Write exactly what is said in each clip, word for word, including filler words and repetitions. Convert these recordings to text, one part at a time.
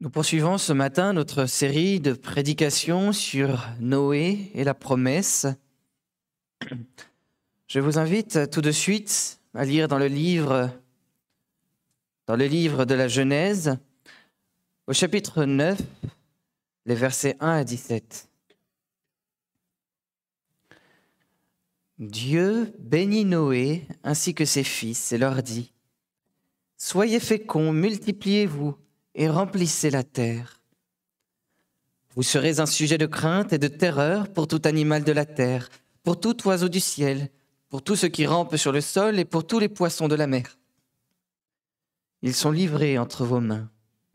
Nous poursuivons ce matin notre série de prédications sur Noé et la promesse. Je vous invite tout de suite à lire dans le livre, dans le livre de la Genèse, au chapitre neuf, les versets un à dix-sept. Dieu bénit Noé ainsi que ses fils et leur dit : « Soyez féconds, multipliez-vous et remplissez la terre. Vous serez un sujet de crainte et de terreur pour tout animal de la terre, pour tout oiseau du ciel, pour tout ce qui rampe sur le sol et pour tous les poissons de la mer. Ils sont livrés entre vos mains.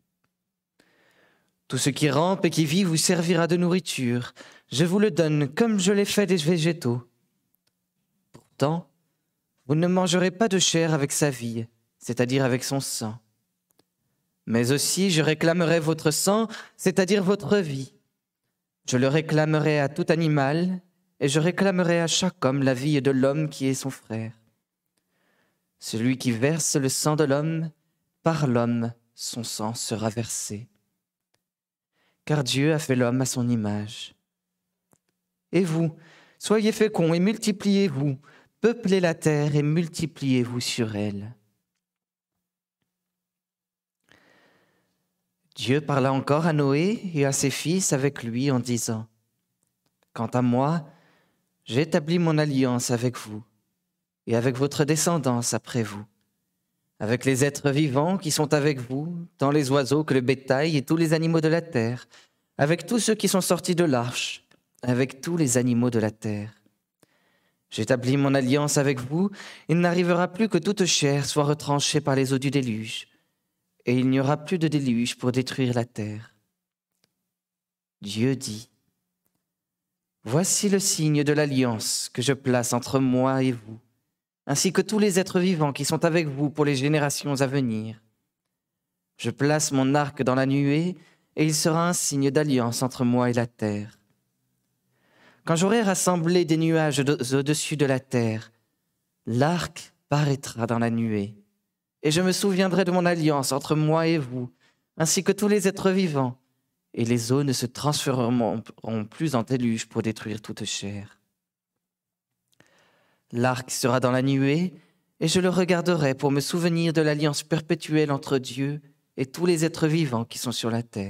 Tout ce qui rampe et qui vit vous servira de nourriture. Je vous le donne comme je l'ai fait des végétaux. Pourtant, vous ne mangerez pas de chair avec sa vie, c'est-à-dire avec son sang. Mais aussi je réclamerai votre sang, c'est-à-dire votre vie. Je le réclamerai à tout animal, et je réclamerai à chaque homme la vie de l'homme qui est son frère. Celui qui verse le sang de l'homme, par l'homme son sang sera versé. Car Dieu a fait l'homme à son image. Et vous, soyez féconds et multipliez-vous, peuplez la terre et multipliez-vous sur elle. » Dieu parla encore à Noé et à ses fils avec lui en disant : « Quant à moi, j'établis mon alliance avec vous et avec votre descendance après vous, avec les êtres vivants qui sont avec vous, tant les oiseaux que le bétail et tous les animaux de la terre, avec tous ceux qui sont sortis de l'arche, avec tous les animaux de la terre. J'établis mon alliance avec vous, il n'arrivera plus que toute chair soit retranchée par les eaux du déluge. Et il n'y aura plus de déluge pour détruire la terre. » Dieu dit : « Voici le signe de l'alliance que je place entre moi et vous, ainsi que tous les êtres vivants qui sont avec vous pour les générations à venir. Je place mon arc dans la nuée, et il sera un signe d'alliance entre moi et la terre. Quand j'aurai rassemblé des nuages au-dessus de la terre, l'arc paraîtra dans la nuée. Et je me souviendrai de mon alliance entre moi et vous, ainsi que tous les êtres vivants, et les eaux ne se transformeront plus en déluge pour détruire toute chair. L'arc sera dans la nuée, et je le regarderai pour me souvenir de l'alliance perpétuelle entre Dieu et tous les êtres vivants qui sont sur la terre. »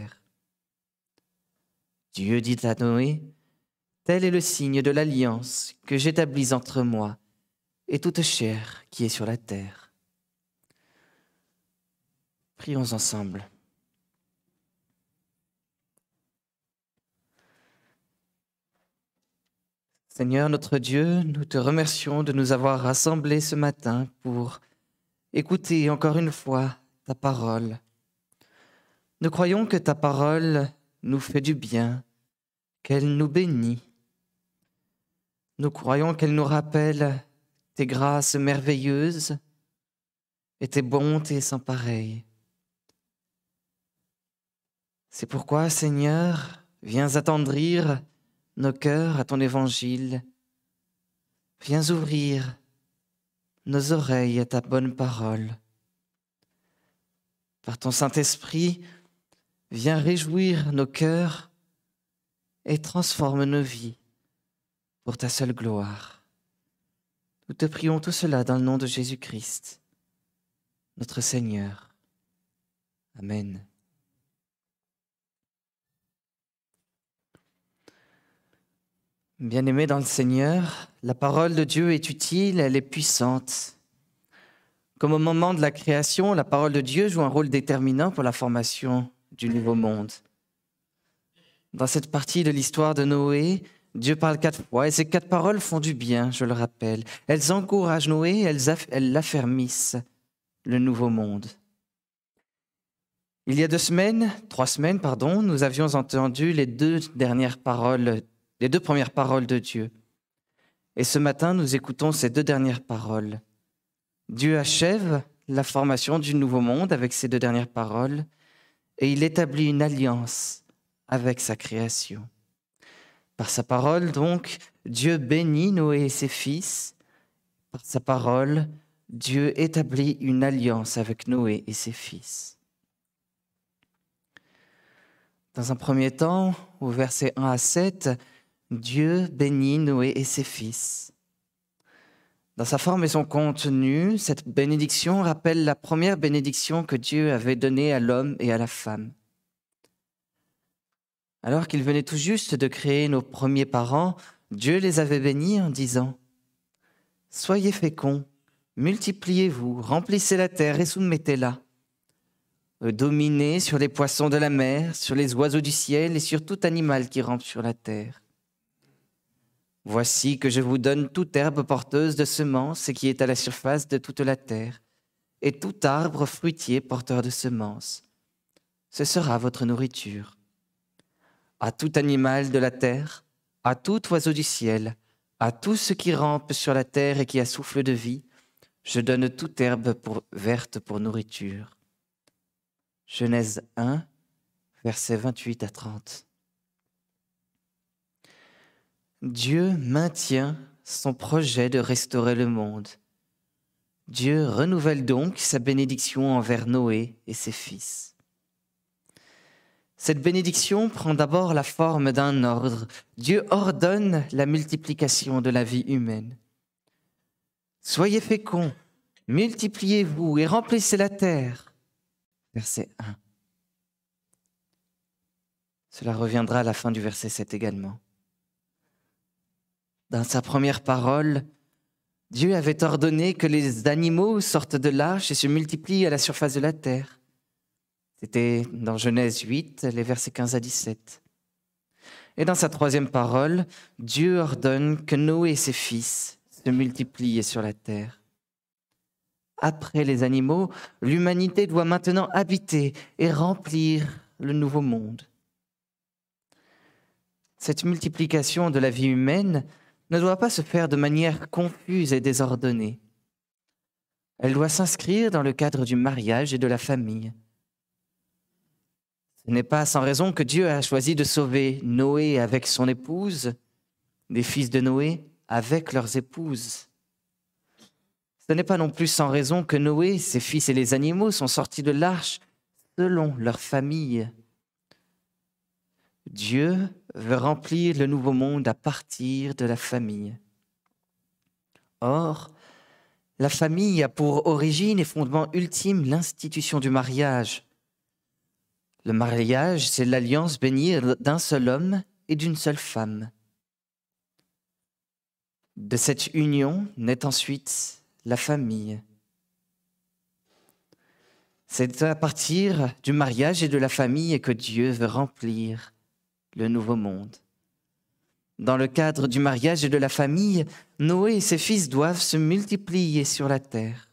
Dieu dit à Noé : « Tel est le signe de l'alliance que j'établis entre moi et toute chair qui est sur la terre. » Prions ensemble. Seigneur notre Dieu, nous te remercions de nous avoir rassemblés ce matin pour écouter encore une fois ta parole. Nous croyons que ta parole nous fait du bien, qu'elle nous bénit. Nous croyons qu'elle nous rappelle tes grâces merveilleuses et tes bontés sans pareilles. C'est pourquoi, Seigneur, viens attendrir nos cœurs à ton évangile. Viens ouvrir nos oreilles à ta bonne parole. Par ton Saint-Esprit, viens réjouir nos cœurs et transforme nos vies pour ta seule gloire. Nous te prions tout cela dans le nom de Jésus-Christ, notre Seigneur. Amen. Bien-aimés dans le Seigneur, la parole de Dieu est utile, elle est puissante. Comme au moment de la création, la parole de Dieu joue un rôle déterminant pour la formation du nouveau monde. Dans cette partie de l'histoire de Noé, Dieu parle quatre fois et ces quatre paroles font du bien, je le rappelle. Elles encouragent Noé, elles, aff- elles affermissent le nouveau monde. Il y a deux semaines, trois semaines, pardon, nous avions entendu les deux dernières paroles les deux premières paroles de Dieu. Et ce matin, nous écoutons ces deux dernières paroles. Dieu achève la formation du nouveau monde avec ces deux dernières paroles et il établit une alliance avec sa création. Par sa parole, donc, Dieu bénit Noé et ses fils. Par sa parole, Dieu établit une alliance avec Noé et ses fils. Dans un premier temps, au verset un à sept, Dieu bénit Noé et ses fils. Dans sa forme et son contenu, cette bénédiction rappelle la première bénédiction que Dieu avait donnée à l'homme et à la femme. Alors qu'il venait tout juste de créer nos premiers parents, Dieu les avait bénis en disant « Soyez féconds, multipliez-vous, remplissez la terre et soumettez-la. Dominez sur les poissons de la mer, sur les oiseaux du ciel et sur tout animal qui rampe sur la terre. Voici que je vous donne toute herbe porteuse de semences et qui est à la surface de toute la terre, et tout arbre fruitier porteur de semences. Ce sera votre nourriture. À tout animal de la terre, à tout oiseau du ciel, à tout ce qui rampe sur la terre et qui a souffle de vie, je donne toute herbe pour, verte pour nourriture. » Genèse un, versets vingt-huit à trente. Dieu maintient son projet de restaurer le monde. Dieu renouvelle donc sa bénédiction envers Noé et ses fils. Cette bénédiction prend d'abord la forme d'un ordre. Dieu ordonne la multiplication de la vie humaine. Soyez féconds, multipliez-vous et remplissez la terre. Verset un. Cela reviendra à la fin du verset sept également. Dans sa première parole, Dieu avait ordonné que les animaux sortent de l'arche et se multiplient à la surface de la terre. C'était dans Genèse huit, les versets quinze à dix-sept. Et dans sa troisième parole, Dieu ordonne que Noé et ses fils se multiplient sur la terre. Après les animaux, l'humanité doit maintenant habiter et remplir le nouveau monde. Cette multiplication de la vie humaine ne doit pas se faire de manière confuse et désordonnée. Elle doit s'inscrire dans le cadre du mariage et de la famille. Ce n'est pas sans raison que Dieu a choisi de sauver Noé avec son épouse, les fils de Noé avec leurs épouses. Ce n'est pas non plus sans raison que Noé, ses fils et les animaux sont sortis de l'arche selon leur famille. Dieu veut remplir le nouveau monde à partir de la famille. Or, la famille a pour origine et fondement ultime l'institution du mariage. Le mariage, c'est l'alliance bénie d'un seul homme et d'une seule femme. De cette union naît ensuite la famille. C'est à partir du mariage et de la famille que Dieu veut remplir le nouveau monde. Dans le cadre du mariage et de la famille, Noé et ses fils doivent se multiplier sur la terre.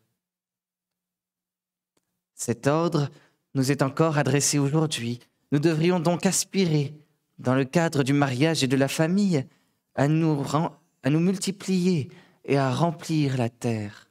Cet ordre nous est encore adressé aujourd'hui. Nous devrions donc aspirer, dans le cadre du mariage et de la famille, à nous, ren- à nous multiplier et à remplir la terre.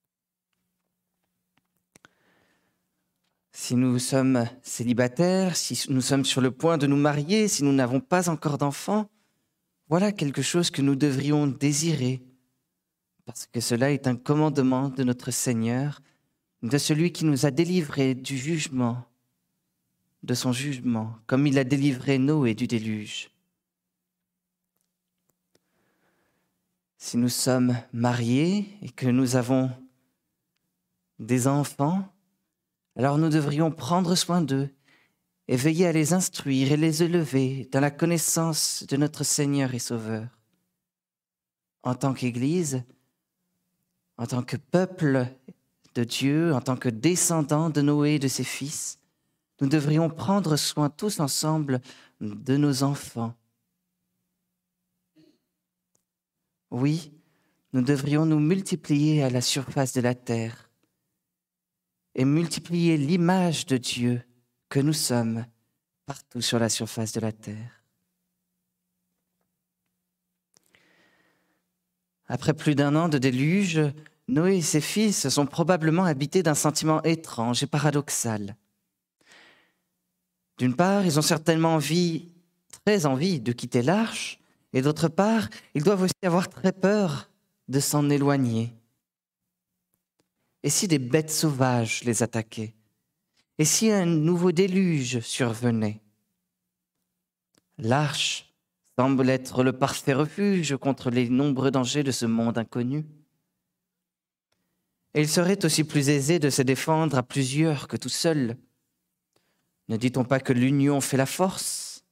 Si nous sommes célibataires, si nous sommes sur le point de nous marier, si nous n'avons pas encore d'enfants, voilà quelque chose que nous devrions désirer, parce que cela est un commandement de notre Seigneur, de celui qui nous a délivrés du jugement, de son jugement, comme il a délivré Noé du déluge. Si nous sommes mariés et que nous avons des enfants, alors nous devrions prendre soin d'eux et veiller à les instruire et les élever dans la connaissance de notre Seigneur et Sauveur. En tant qu'Église, en tant que peuple de Dieu, en tant que descendants de Noé et de ses fils, nous devrions prendre soin tous ensemble de nos enfants. Oui, nous devrions nous multiplier à la surface de la terre et multiplier l'image de Dieu que nous sommes partout sur la surface de la terre. Après plus d'un an de déluge, Noé et ses fils se sont probablement habités d'un sentiment étrange et paradoxal. D'une part, ils ont certainement envie, très envie de quitter l'arche, et d'autre part, ils doivent aussi avoir très peur de s'en éloigner. Et si des bêtes sauvages les attaquaient? Et si un nouveau déluge survenait? L'arche semble être le parfait refuge contre les nombreux dangers de ce monde inconnu. Et il serait aussi plus aisé de se défendre à plusieurs que tout seul. Ne dit-on pas que l'union fait la force?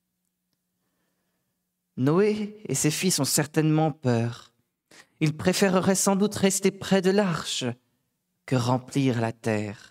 Noé et ses fils ont certainement peur. Ils préféreraient sans doute rester près de l'arche que remplir la terre.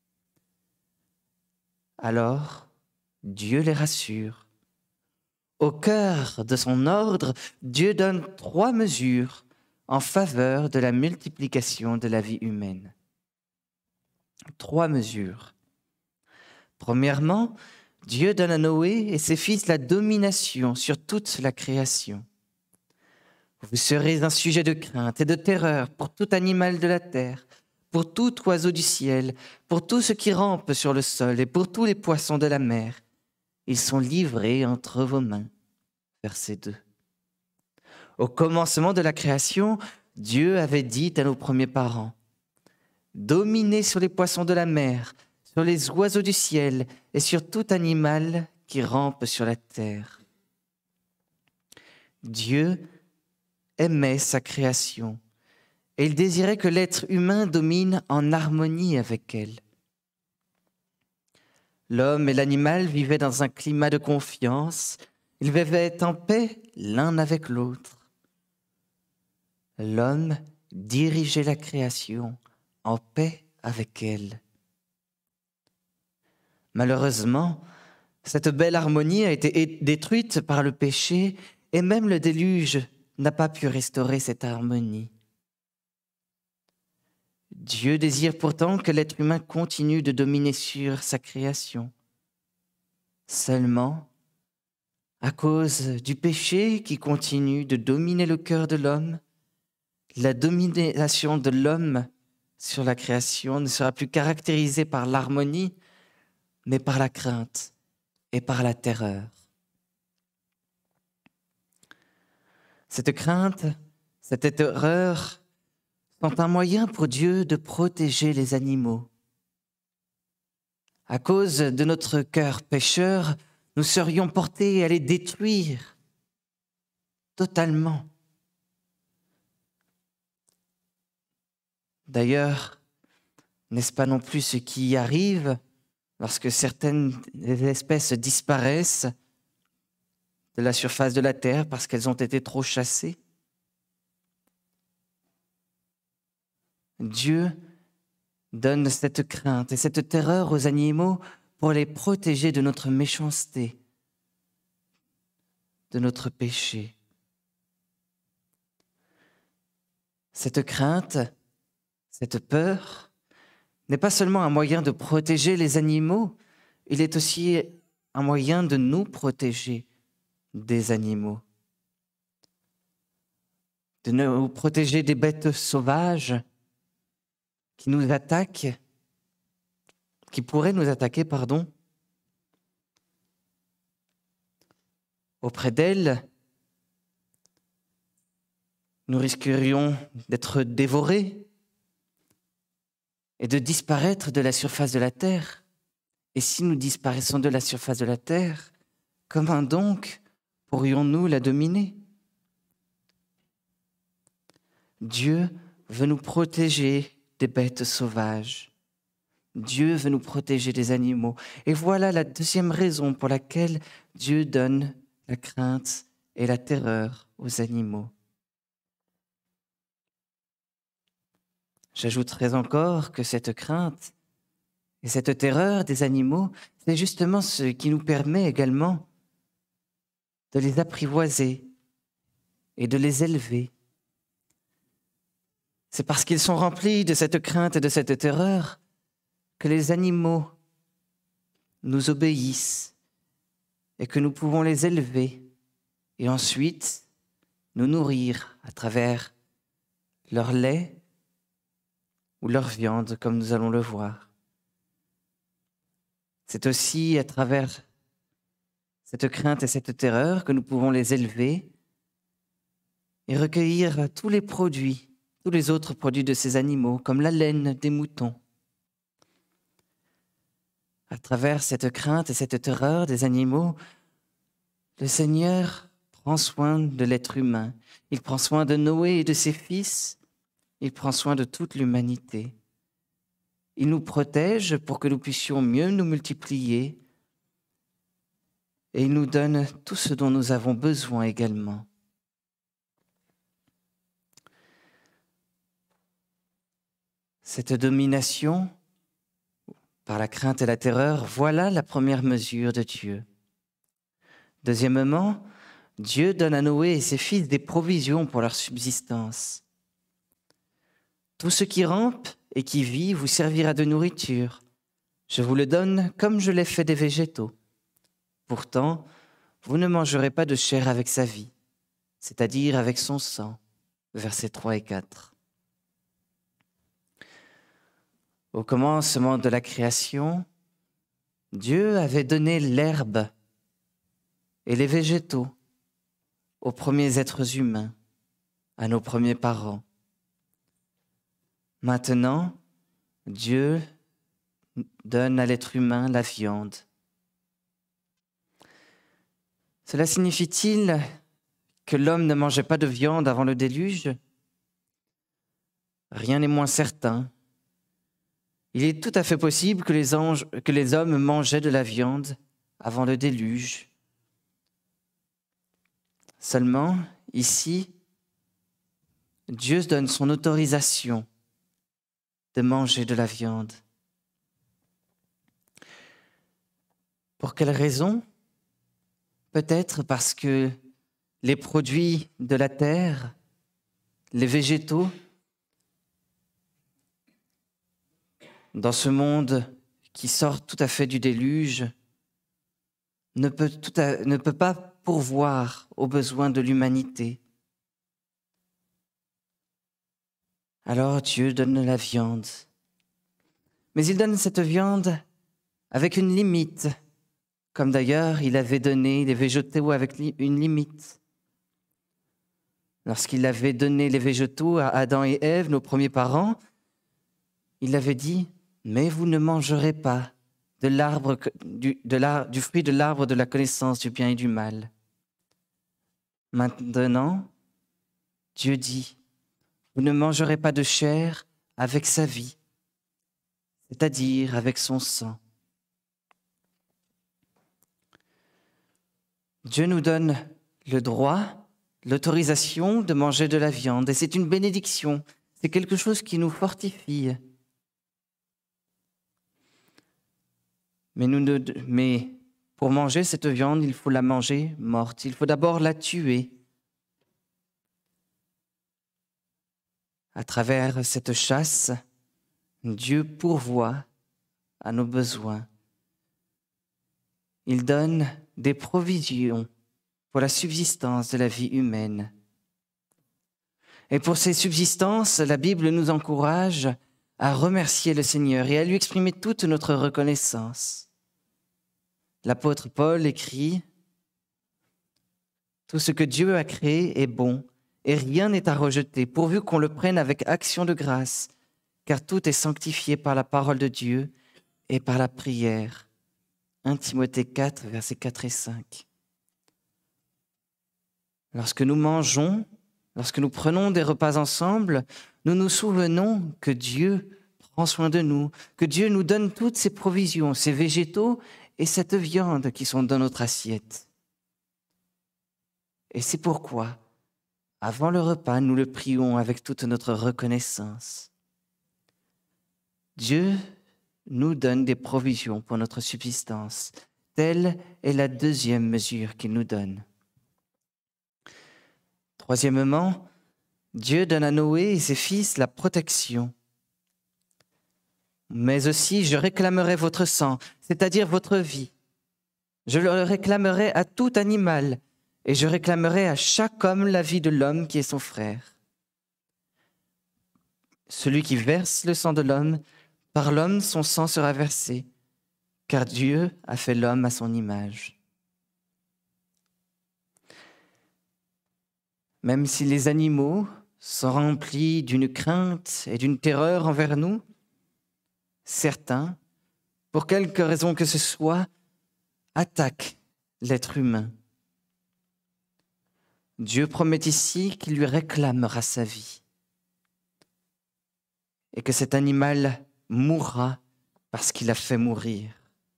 Alors, Dieu les rassure. Au cœur de son ordre, Dieu donne trois mesures en faveur de la multiplication de la vie humaine. Trois mesures. Premièrement, Dieu donne à Noé et ses fils la domination sur toute la création. Vous serez un sujet de crainte et de terreur pour tout animal de la terre, pour tout oiseau du ciel, pour tout ce qui rampe sur le sol et pour tous les poissons de la mer. Ils sont livrés entre vos mains. Verset deux. Au commencement de la création, Dieu avait dit à nos premiers parents, « Dominez sur les poissons de la mer, sur les oiseaux du ciel et sur tout animal qui rampe sur la terre. » Dieu aimait sa création et il désirait que l'être humain domine en harmonie avec elle. L'homme et l'animal vivaient dans un climat de confiance, ils vivaient en paix l'un avec l'autre. L'homme dirigeait la création en paix avec elle. Malheureusement, cette belle harmonie a été détruite par le péché et même le déluge n'a pas pu restaurer cette harmonie. Dieu désire pourtant que l'être humain continue de dominer sur sa création. Seulement, à cause du péché qui continue de dominer le cœur de l'homme, la domination de l'homme sur la création ne sera plus caractérisée par l'harmonie, mais par la crainte et par la terreur. Cette crainte, cette terreur sont un moyen pour Dieu de protéger les animaux. À cause de notre cœur pécheur, nous serions portés à les détruire totalement. D'ailleurs, n'est-ce pas non plus ce qui arrive lorsque certaines espèces disparaissent de la surface de la terre parce qu'elles ont été trop chassées? Dieu donne cette crainte et cette terreur aux animaux pour les protéger de notre méchanceté, de notre péché. Cette crainte, cette peur n'est pas seulement un moyen de protéger les animaux, il est aussi un moyen de nous protéger des animaux, de nous protéger des bêtes sauvages qui nous attaquent, qui pourraient nous attaquer, pardon. Auprès d'elles, nous risquerions d'être dévorés et de disparaître de la surface de la terre. Et si nous disparaissons de la surface de la terre, comment donc pourrions-nous la dominer? Dieu veut nous protéger des bêtes sauvages. Dieu veut nous protéger des animaux. Et voilà la deuxième raison pour laquelle Dieu donne la crainte et la terreur aux animaux. J'ajouterai encore que cette crainte et cette terreur des animaux, c'est justement ce qui nous permet également de les apprivoiser et de les élever. C'est parce qu'ils sont remplis de cette crainte et de cette terreur que les animaux nous obéissent et que nous pouvons les élever et ensuite nous nourrir à travers leur lait ou leur viande, comme nous allons le voir. C'est aussi à travers cette crainte et cette terreur que nous pouvons les élever et recueillir tous les produits, tous les autres produits de ces animaux, comme la laine des moutons. À travers cette crainte et cette terreur des animaux, Le Seigneur prend soin de l'être humain. Il prend soin de Noé et de ses fils. Il prend soin de toute l'humanité. Il nous protège pour que nous puissions mieux nous multiplier. Et il nous donne tout ce dont nous avons besoin également. Cette domination par la crainte et la terreur, voilà la première mesure de Dieu. Deuxièmement, Dieu donne à Noé et ses fils des provisions pour leur subsistance. Tout ce qui rampe et qui vit vous servira de nourriture. Je vous le donne comme je l'ai fait des végétaux. Pourtant, vous ne mangerez pas de chair avec sa vie, c'est-à-dire avec son sang. Versets trois et quatre. Au commencement de la création, Dieu avait donné l'herbe et les végétaux aux premiers êtres humains, à nos premiers parents. Maintenant, Dieu donne à l'être humain la viande. Cela signifie-t-il que l'homme ne mangeait pas de viande avant le déluge? Rien n'est moins certain. Il est tout à fait possible que les, anges, que les hommes mangeaient de la viande avant le déluge. Seulement, ici, Dieu donne son autorisation de manger de la viande. Pour quelle raison? Peut-être parce que les produits de la terre, les végétaux, dans ce monde qui sort tout à fait du déluge, ne peut, tout à, ne peut pas pourvoir aux besoins de l'humanité. Alors Dieu donne la viande. Mais il donne cette viande avec une limite, comme d'ailleurs il avait donné les végétaux avec une limite. Lorsqu'il avait donné les végétaux à Adam et Ève, nos premiers parents, il avait dit « Mais vous ne mangerez pas de l'arbre, du, de la, du fruit de l'arbre de la connaissance du bien et du mal. » Maintenant, Dieu dit « Vous ne mangerez pas de chair avec sa vie, c'est-à-dire avec son sang. » Dieu nous donne le droit, l'autorisation de manger de la viande, et c'est une bénédiction, c'est quelque chose qui nous fortifie. Mais, nous ne, mais pour manger cette viande, il faut la manger morte, il faut d'abord la tuer. À travers cette chasse, Dieu pourvoit à nos besoins. Il donne des provisions pour la subsistance de la vie humaine. Et pour ces subsistances, la Bible nous encourage à remercier le Seigneur et à lui exprimer toute notre reconnaissance. L'apôtre Paul écrit « Tout ce que Dieu a créé est bon, et rien n'est à rejeter, pourvu qu'on le prenne avec action de grâce, car tout est sanctifié par la parole de Dieu et par la prière. » premier Timothée quatre, versets quatre et cinq. Lorsque nous mangeons, lorsque nous prenons des repas ensemble, nous nous souvenons que Dieu prend soin de nous, que Dieu nous donne toutes ces provisions, ces végétaux et cette viande qui sont dans notre assiette. Et c'est pourquoi, avant le repas, nous le prions avec toute notre reconnaissance. Dieu nous donne des provisions pour notre subsistance. Telle est la deuxième mesure qu'il nous donne. Troisièmement, Dieu donne à Noé et ses fils la protection. Mais aussi, je réclamerai votre sang, c'est-à-dire votre vie. Je le réclamerai à tout animal, et je réclamerai à chaque homme la vie de l'homme qui est son frère. Celui qui verse le sang de l'homme, par l'homme son sang sera versé, car Dieu a fait l'homme à son image. Même si les animaux sont remplis d'une crainte et d'une terreur envers nous, certains, pour quelque raison que ce soit, attaquent l'être humain. Dieu promet ici qu'il lui réclamera sa vie et que cet animal mourra parce qu'il a fait mourir.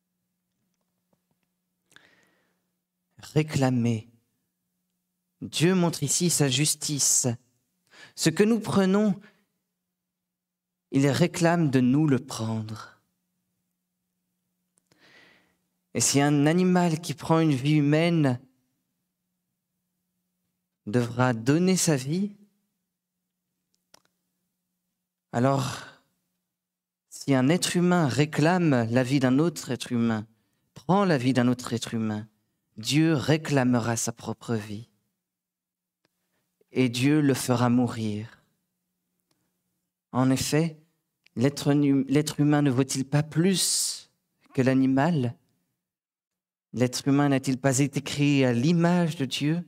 Réclamer. Dieu montre ici sa justice. Ce que nous prenons, il réclame de nous le prendre. Et si un animal qui prend une vie humaine devra donner sa vie, alors si un être humain réclame la vie d'un autre être humain, prend la vie d'un autre être humain, Dieu réclamera sa propre vie. Et Dieu le fera mourir. En effet, l'être humain ne vaut-il pas plus que l'animal? L'être humain n'a-t-il pas été créé à l'image de Dieu?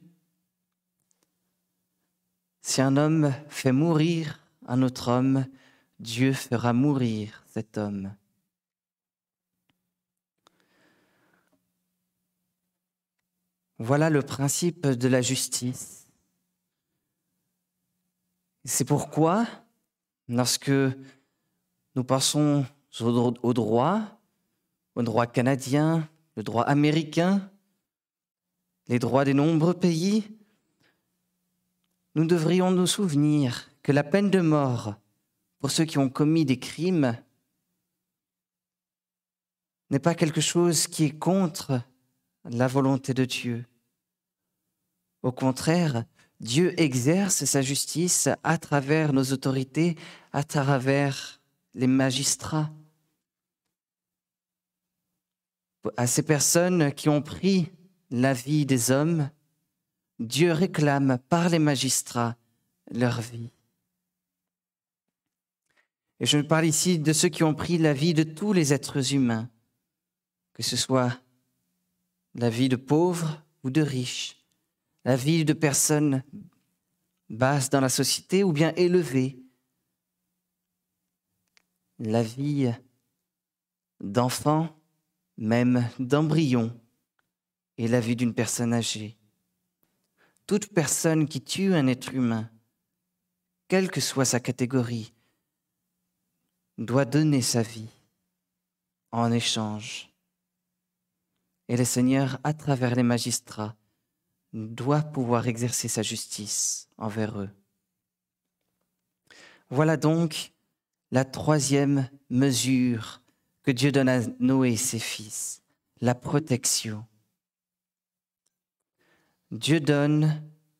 Si un homme fait mourir un autre homme, Dieu fera mourir cet homme. Voilà le principe de la justice. C'est pourquoi, lorsque nous pensons au droit, au droit canadien, le droit américain, les droits des nombreux pays, nous devrions nous souvenir que la peine de mort pour ceux qui ont commis des crimes n'est pas quelque chose qui est contre la volonté de Dieu. Au contraire, Dieu exerce sa justice à travers nos autorités, à travers les magistrats. À ces personnes qui ont pris la vie des hommes, Dieu réclame par les magistrats leur vie. Et je parle ici de ceux qui ont pris la vie de tous les êtres humains, que ce soit la vie de pauvres ou de riches, la vie de personnes basses dans la société ou bien élevées, la vie d'enfants, même d'embryons, et la vie d'une personne âgée. Toute personne qui tue un être humain, quelle que soit sa catégorie, doit donner sa vie en échange. Et le Seigneur, à travers les magistrats, doit pouvoir exercer sa justice envers eux. Voilà donc la troisième mesure que Dieu donne à Noé et ses fils, la protection. Dieu donne,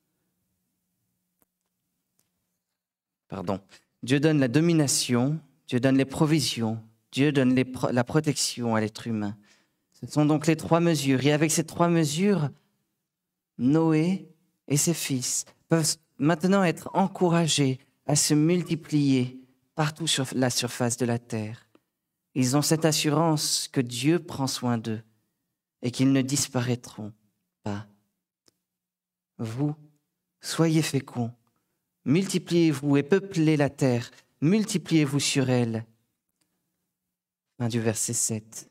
pardon, Dieu donne la domination, Dieu donne les provisions, Dieu donne les, la protection à l'être humain. Ce sont donc les trois mesures. Et avec ces trois mesures, Noé et ses fils peuvent maintenant être encouragés à se multiplier partout sur la surface de la terre. Ils ont cette assurance que Dieu prend soin d'eux et qu'ils ne disparaîtront pas. Vous, soyez féconds, multipliez-vous et peuplez la terre, multipliez-vous sur elle. Fin du verset sept.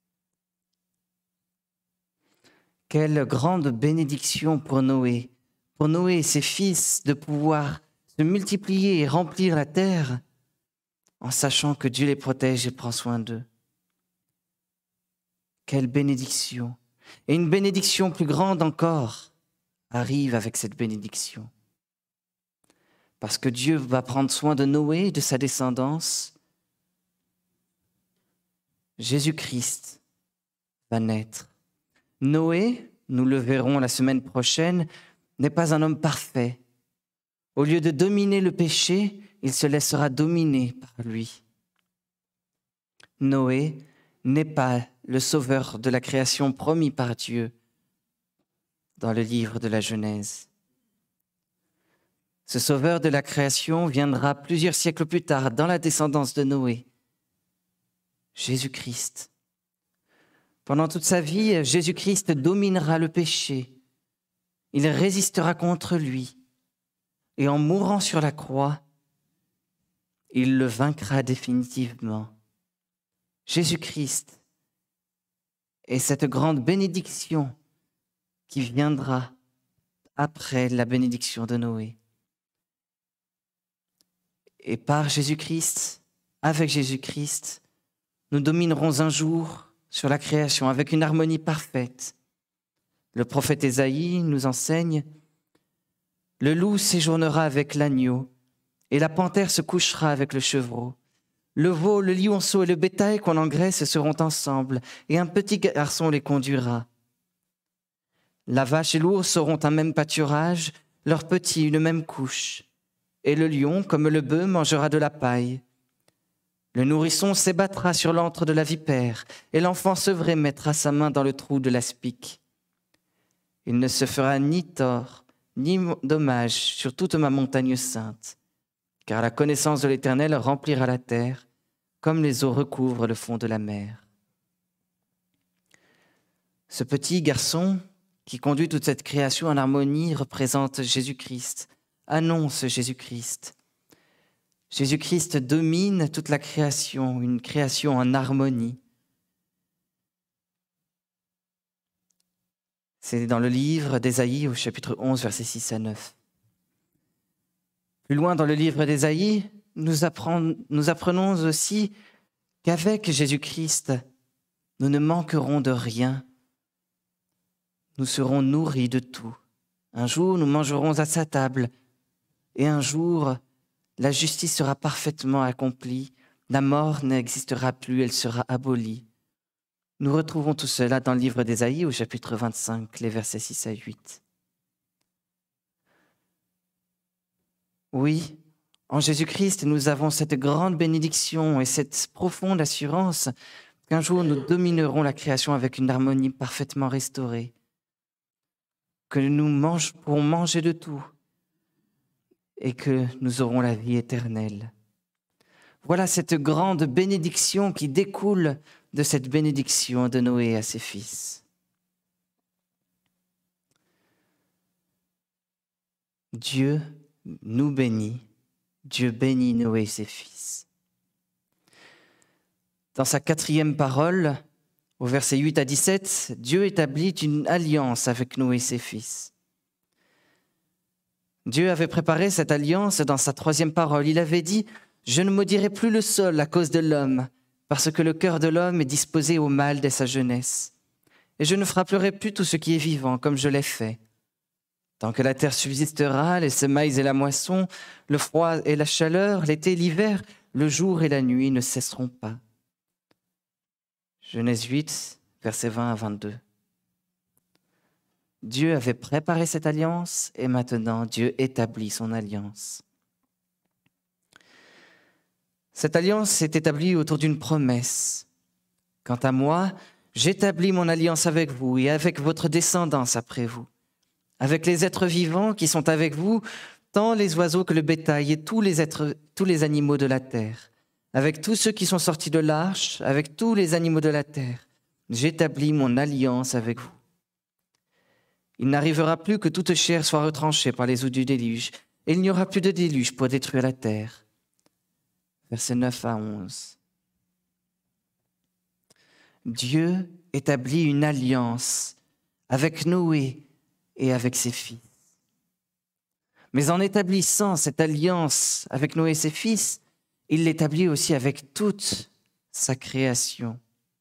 Quelle grande bénédiction pour Noé, pour Noé et ses fils de pouvoir se multiplier et remplir la terre en sachant que Dieu les protège et prend soin d'eux. Quelle bénédiction! Et une bénédiction plus grande encore arrive avec cette bénédiction. Parce que Dieu va prendre soin de Noé et de sa descendance. Jésus-Christ va naître. Noé, nous le verrons la semaine prochaine, n'est pas un homme parfait. Au lieu de dominer le péché, il se laissera dominer par lui. Noé n'est pas le sauveur de la création promis par Dieu dans le livre de la Genèse. Ce sauveur de la création viendra plusieurs siècles plus tard dans la descendance de Noé, Jésus-Christ. Pendant toute sa vie, Jésus-Christ dominera le péché. Il résistera contre lui. Et en mourant sur la croix, il le vaincra définitivement. Jésus-Christ est cette grande bénédiction qui viendra après la bénédiction de Noé. Et par Jésus-Christ, avec Jésus-Christ, nous dominerons un jour sur la création avec une harmonie parfaite. Le prophète Ésaïe nous enseigne « Le loup séjournera avec l'agneau, et la panthère se couchera avec le chevreau. Le veau, le lionceau et le bétail qu'on engraisse seront ensemble, et un petit garçon les conduira. La vache et l'ours auront un même pâturage, leurs petits une même couche. Et le lion, comme le bœuf, mangera de la paille. Le nourrisson s'ébattra sur l'antre de la vipère, et l'enfant sevré mettra sa main dans le trou de l'aspic. Il ne se fera ni tort, ni dommage sur toute ma montagne sainte, car la connaissance de l'Éternel remplira la terre, comme les eaux recouvrent le fond de la mer. » Ce petit garçon qui conduit toute cette création en harmonie représente Jésus-Christ, annonce Jésus-Christ. Jésus-Christ domine toute la création, une création en harmonie. C'est dans le livre d'Ésaïe au chapitre onze, versets six à neuf. Plus loin dans le livre d'Ésaïe, nous apprenons, nous apprenons aussi qu'avec Jésus-Christ, nous ne manquerons de rien. Nous serons nourris de tout. Un jour, nous mangerons à sa table, et un jour, la justice sera parfaitement accomplie, la mort n'existera plus, elle sera abolie. Nous retrouvons tout cela dans le livre d'Ésaïe au chapitre vingt-cinq, les versets six à huit. Oui, en Jésus-Christ, nous avons cette grande bénédiction et cette profonde assurance qu'un jour nous dominerons la création avec une harmonie parfaitement restaurée, que nous mange, pourrons manger de tout et que nous aurons la vie éternelle. Voilà cette grande bénédiction qui découle de cette bénédiction de Noé à ses fils. Dieu nous bénit, Dieu bénit Noé et ses fils. Dans sa quatrième parole, au verset huit à dix-sept, Dieu établit une alliance avec Noé et ses fils. Dieu avait préparé cette alliance dans sa troisième parole. Il avait dit « Je ne maudirai plus le sol à cause de l'homme, parce que le cœur de l'homme est disposé au mal dès sa jeunesse. Et je ne frapperai plus tout ce qui est vivant, comme je l'ai fait. Tant que la terre subsistera, les semailles et la moisson, le froid et la chaleur, l'été et l'hiver, le jour et la nuit ne cesseront pas. » Genèse huit, versets vingt à vingt-deux. Dieu avait préparé cette alliance et maintenant Dieu établit son alliance. Cette alliance s'est établie autour d'une promesse. « Quant à moi, j'établis mon alliance avec vous et avec votre descendance après vous, avec les êtres vivants qui sont avec vous, tant les oiseaux que le bétail et tous les êtres, tous les animaux de la terre, avec tous ceux qui sont sortis de l'arche, avec tous les animaux de la terre. J'établis mon alliance avec vous. Il n'arrivera plus que toute chair soit retranchée par les eaux du déluge, et il n'y aura plus de déluge pour détruire la terre. » Versets neuf à onze. Dieu établit une alliance avec Noé et avec ses fils. Mais en établissant cette alliance avec Noé et ses fils, il l'établit aussi avec toute sa création.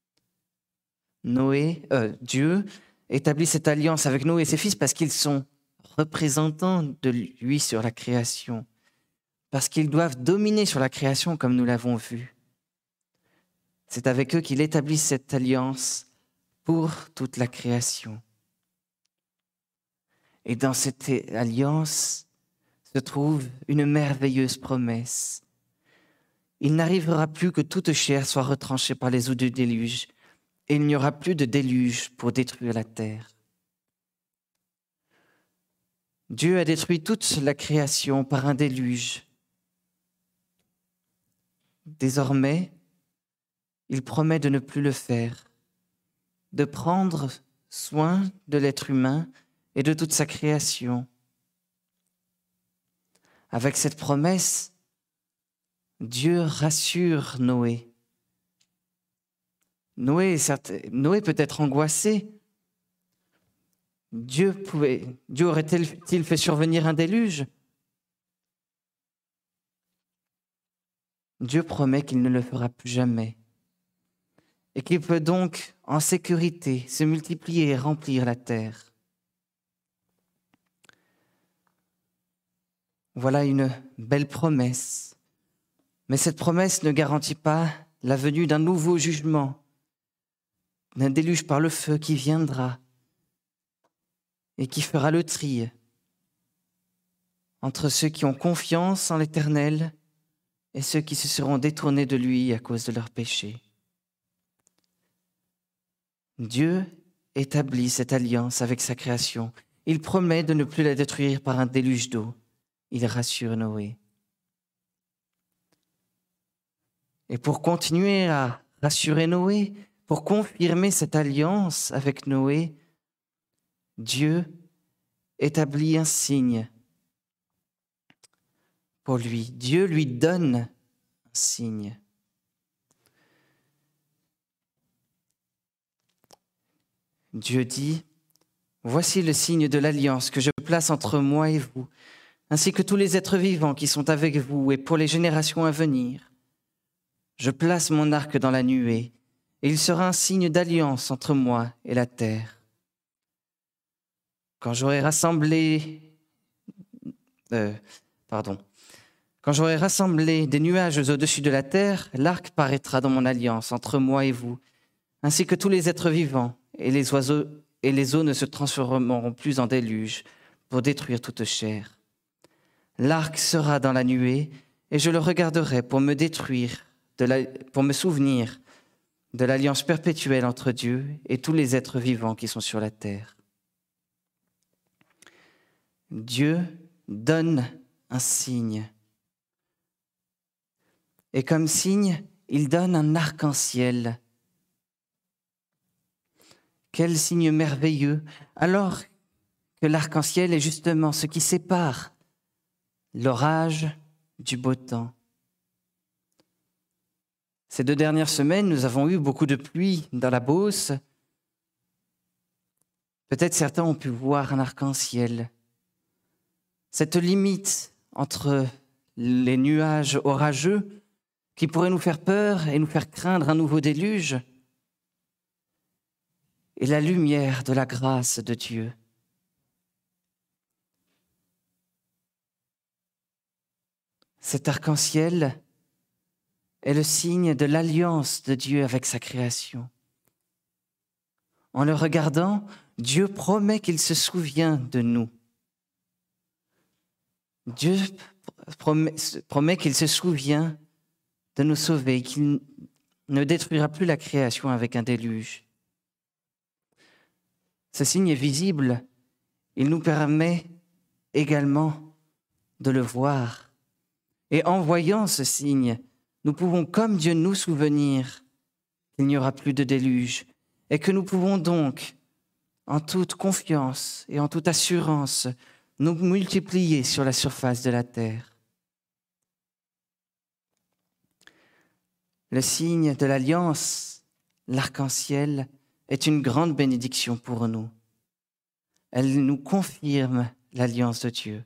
Noé, euh, Dieu établit cette alliance avec Noé et ses fils parce qu'ils sont représentants de lui sur la création, parce qu'ils doivent dominer sur la création comme nous l'avons vu. C'est avec eux qu'il établit cette alliance pour toute la création. Et dans cette alliance se trouve une merveilleuse promesse. Il n'arrivera plus que toute chair soit retranchée par les eaux du déluge, et il n'y aura plus de déluge pour détruire la terre. Dieu a détruit toute la création par un déluge. Désormais, il promet de ne plus le faire, de prendre soin de l'être humain et de toute sa création. Avec cette promesse, Dieu rassure Noé. Noé, Noé peut être angoissé, Dieu, pouvait, Dieu aurait-il fait survenir un déluge? Dieu promet qu'il ne le fera plus jamais et qu'il peut donc, en sécurité, se multiplier et remplir la terre. Voilà une belle promesse, mais cette promesse ne garantit pas la venue d'un nouveau jugement, d'un déluge par le feu qui viendra et qui fera le tri entre ceux qui ont confiance en l'Éternel et ceux qui se seront détournés de lui à cause de leurs péchés. Dieu établit cette alliance avec sa création. Il promet de ne plus la détruire par un déluge d'eau. Il rassure Noé. Et pour continuer à rassurer Noé, pour confirmer cette alliance avec Noé, Dieu établit un signe pour lui. Dieu lui donne un signe. Dieu dit, « Voici le signe de l'alliance que je place entre moi et vous, ainsi que tous les êtres vivants qui sont avec vous et pour les générations à venir. Je place mon arc dans la nuée, et il sera un signe d'alliance entre moi et la terre. Quand j'aurai rassemblé... Euh, pardon. Quand j'aurai rassemblé des nuages au-dessus de la terre, l'arc paraîtra dans mon alliance entre moi et vous, ainsi que tous les êtres vivants, et les oiseaux et les eaux ne se transformeront plus en déluge pour détruire toute chair. L'arc sera dans la nuée, et je le regarderai pour me détruire, de la, pour me souvenir de l'alliance perpétuelle entre Dieu et tous les êtres vivants qui sont sur la terre. » Dieu donne un signe. Et comme signe, il donne un arc-en-ciel. Quel signe merveilleux, alors que l'arc-en-ciel est justement ce qui sépare l'orage du beau temps. Ces deux dernières semaines, nous avons eu beaucoup de pluie dans la Beauce. Peut-être certains ont pu voir un arc-en-ciel. Cette limite entre les nuages orageux qui pourraient nous faire peur et nous faire craindre un nouveau déluge et la lumière de la grâce de Dieu. Cet arc-en-ciel est le signe de l'alliance de Dieu avec sa création. En le regardant, Dieu promet qu'il se souvient de nous. Dieu promet, promet qu'il se souvient de nous sauver, qu'il ne détruira plus la création avec un déluge. Ce signe est visible, il nous permet également de le voir. Et en voyant ce signe, nous pouvons, comme Dieu, nous souvenir qu'il n'y aura plus de déluge et que nous pouvons donc, en toute confiance et en toute assurance, nous multiplier sur la surface de la terre. Le signe de l'alliance, l'arc-en-ciel, est une grande bénédiction pour nous. Elle nous confirme l'alliance de Dieu.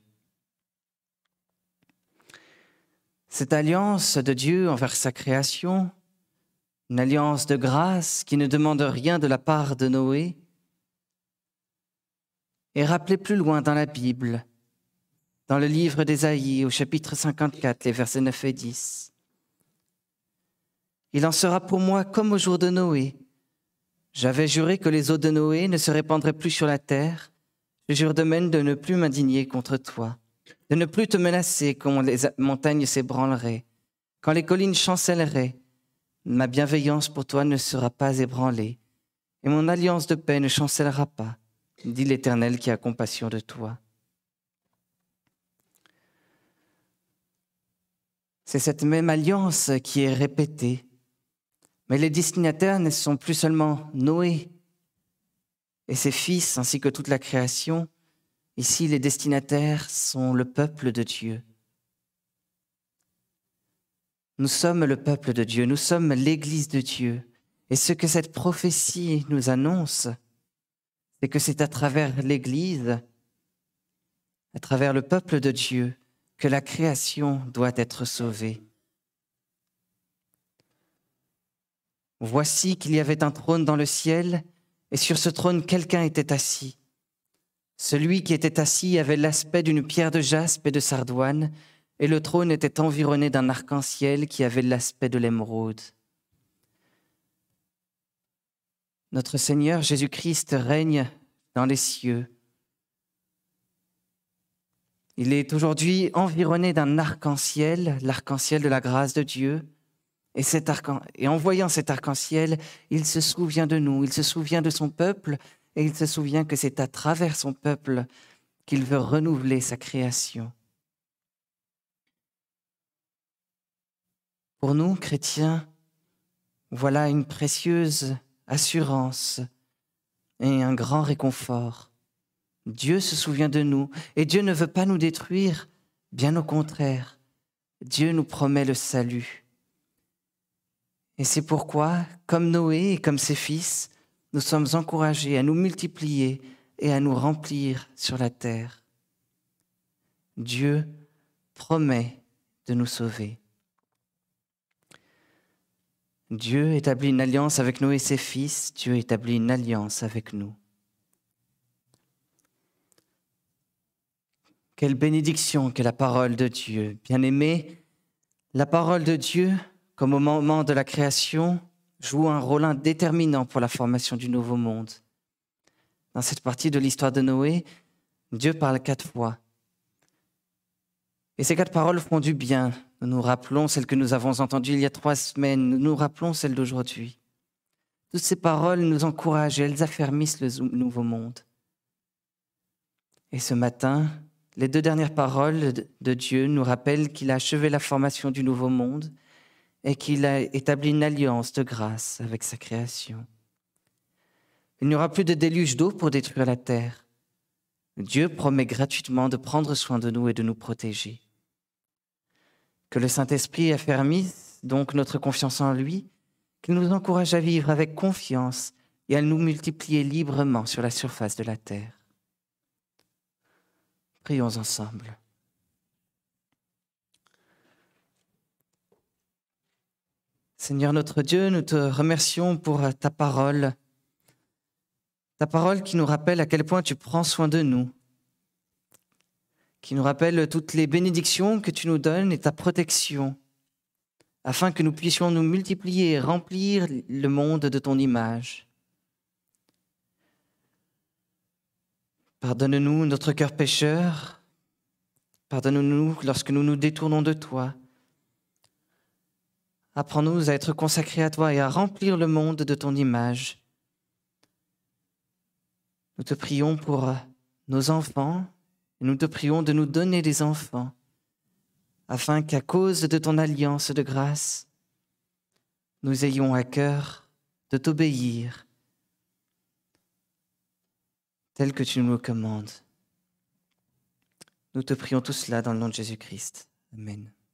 Cette alliance de Dieu envers sa création, une alliance de grâce qui ne demande rien de la part de Noé, est rappelée plus loin dans la Bible, dans le livre d'Ésaïe, au chapitre cinquante-quatre, les versets neuf et dix. « Il en sera pour moi comme au jour de Noé. J'avais juré que les eaux de Noé ne se répandraient plus sur la terre. Je jure de même de ne plus m'indigner contre toi, de ne plus te menacer quand les montagnes s'ébranleraient, quand les collines chancelleraient. Ma bienveillance pour toi ne sera pas ébranlée, et mon alliance de paix ne chancellera pas, dit l'Éternel qui a compassion de toi. » C'est cette même alliance qui est répétée. Mais les destinataires ne sont plus seulement Noé et ses fils ainsi que toute la création. Ici, les destinataires sont le peuple de Dieu. Nous sommes le peuple de Dieu, nous sommes l'Église de Dieu. Et ce que cette prophétie nous annonce, c'est que c'est à travers l'Église, à travers le peuple de Dieu, que la création doit être sauvée. Voici qu'il y avait un trône dans le ciel, et sur ce trône, quelqu'un était assis. Celui qui était assis avait l'aspect d'une pierre de jaspe et de sardoine, et le trône était environné d'un arc-en-ciel qui avait l'aspect de l'émeraude. Notre Seigneur Jésus-Christ règne dans les cieux. Il est aujourd'hui environné d'un arc-en-ciel, l'arc-en-ciel de la grâce de Dieu. Et, cet arc en... et en voyant cet arc-en-ciel, il se souvient de nous, il se souvient de son peuple, et il se souvient que c'est à travers son peuple qu'il veut renouveler sa création. Pour nous, chrétiens, voilà une précieuse assurance et un grand réconfort. Dieu se souvient de nous et Dieu ne veut pas nous détruire, bien au contraire. Dieu nous promet le salut. Et c'est pourquoi, comme Noé et comme ses fils, nous sommes encouragés à nous multiplier et à nous remplir sur la terre. Dieu promet de nous sauver. Dieu établit une alliance avec Noé et ses fils. Dieu établit une alliance avec nous. Quelle bénédiction que la parole de Dieu. Bien-aimés, la parole de Dieu, comme au moment de la création, joue un rôle déterminant pour la formation du nouveau monde. Dans cette partie de l'histoire de Noé, Dieu parle quatre fois. Et ces quatre paroles font du bien. Nous nous rappelons celles que nous avons entendues il y a trois semaines. Nous nous rappelons celles d'aujourd'hui. Toutes ces paroles nous encouragent et elles affermissent le nouveau monde. Et ce matin, les deux dernières paroles de Dieu nous rappellent qu'il a achevé la formation du nouveau monde et qu'il a établi une alliance de grâce avec sa création. Il n'y aura plus de déluge d'eau pour détruire la terre. Dieu promet gratuitement de prendre soin de nous et de nous protéger. Que le Saint-Esprit affermisse donc notre confiance en lui, qu'il nous encourage à vivre avec confiance et à nous multiplier librement sur la surface de la terre. Prions ensemble. Seigneur notre Dieu, nous te remercions pour ta parole, ta parole qui nous rappelle à quel point tu prends soin de nous, qui nous rappelle toutes les bénédictions que tu nous donnes et ta protection, afin que nous puissions nous multiplier et remplir le monde de ton image. Pardonne-nous notre cœur pécheur, pardonne-nous lorsque nous nous détournons de toi. Apprends-nous à être consacrés à toi et à remplir le monde de ton image. Nous te prions pour nos enfants, et nous te prions de nous donner des enfants, afin qu'à cause de ton alliance de grâce, nous ayons à cœur de t'obéir, tel que tu nous le commandes. Nous te prions tout cela dans le nom de Jésus-Christ. Amen.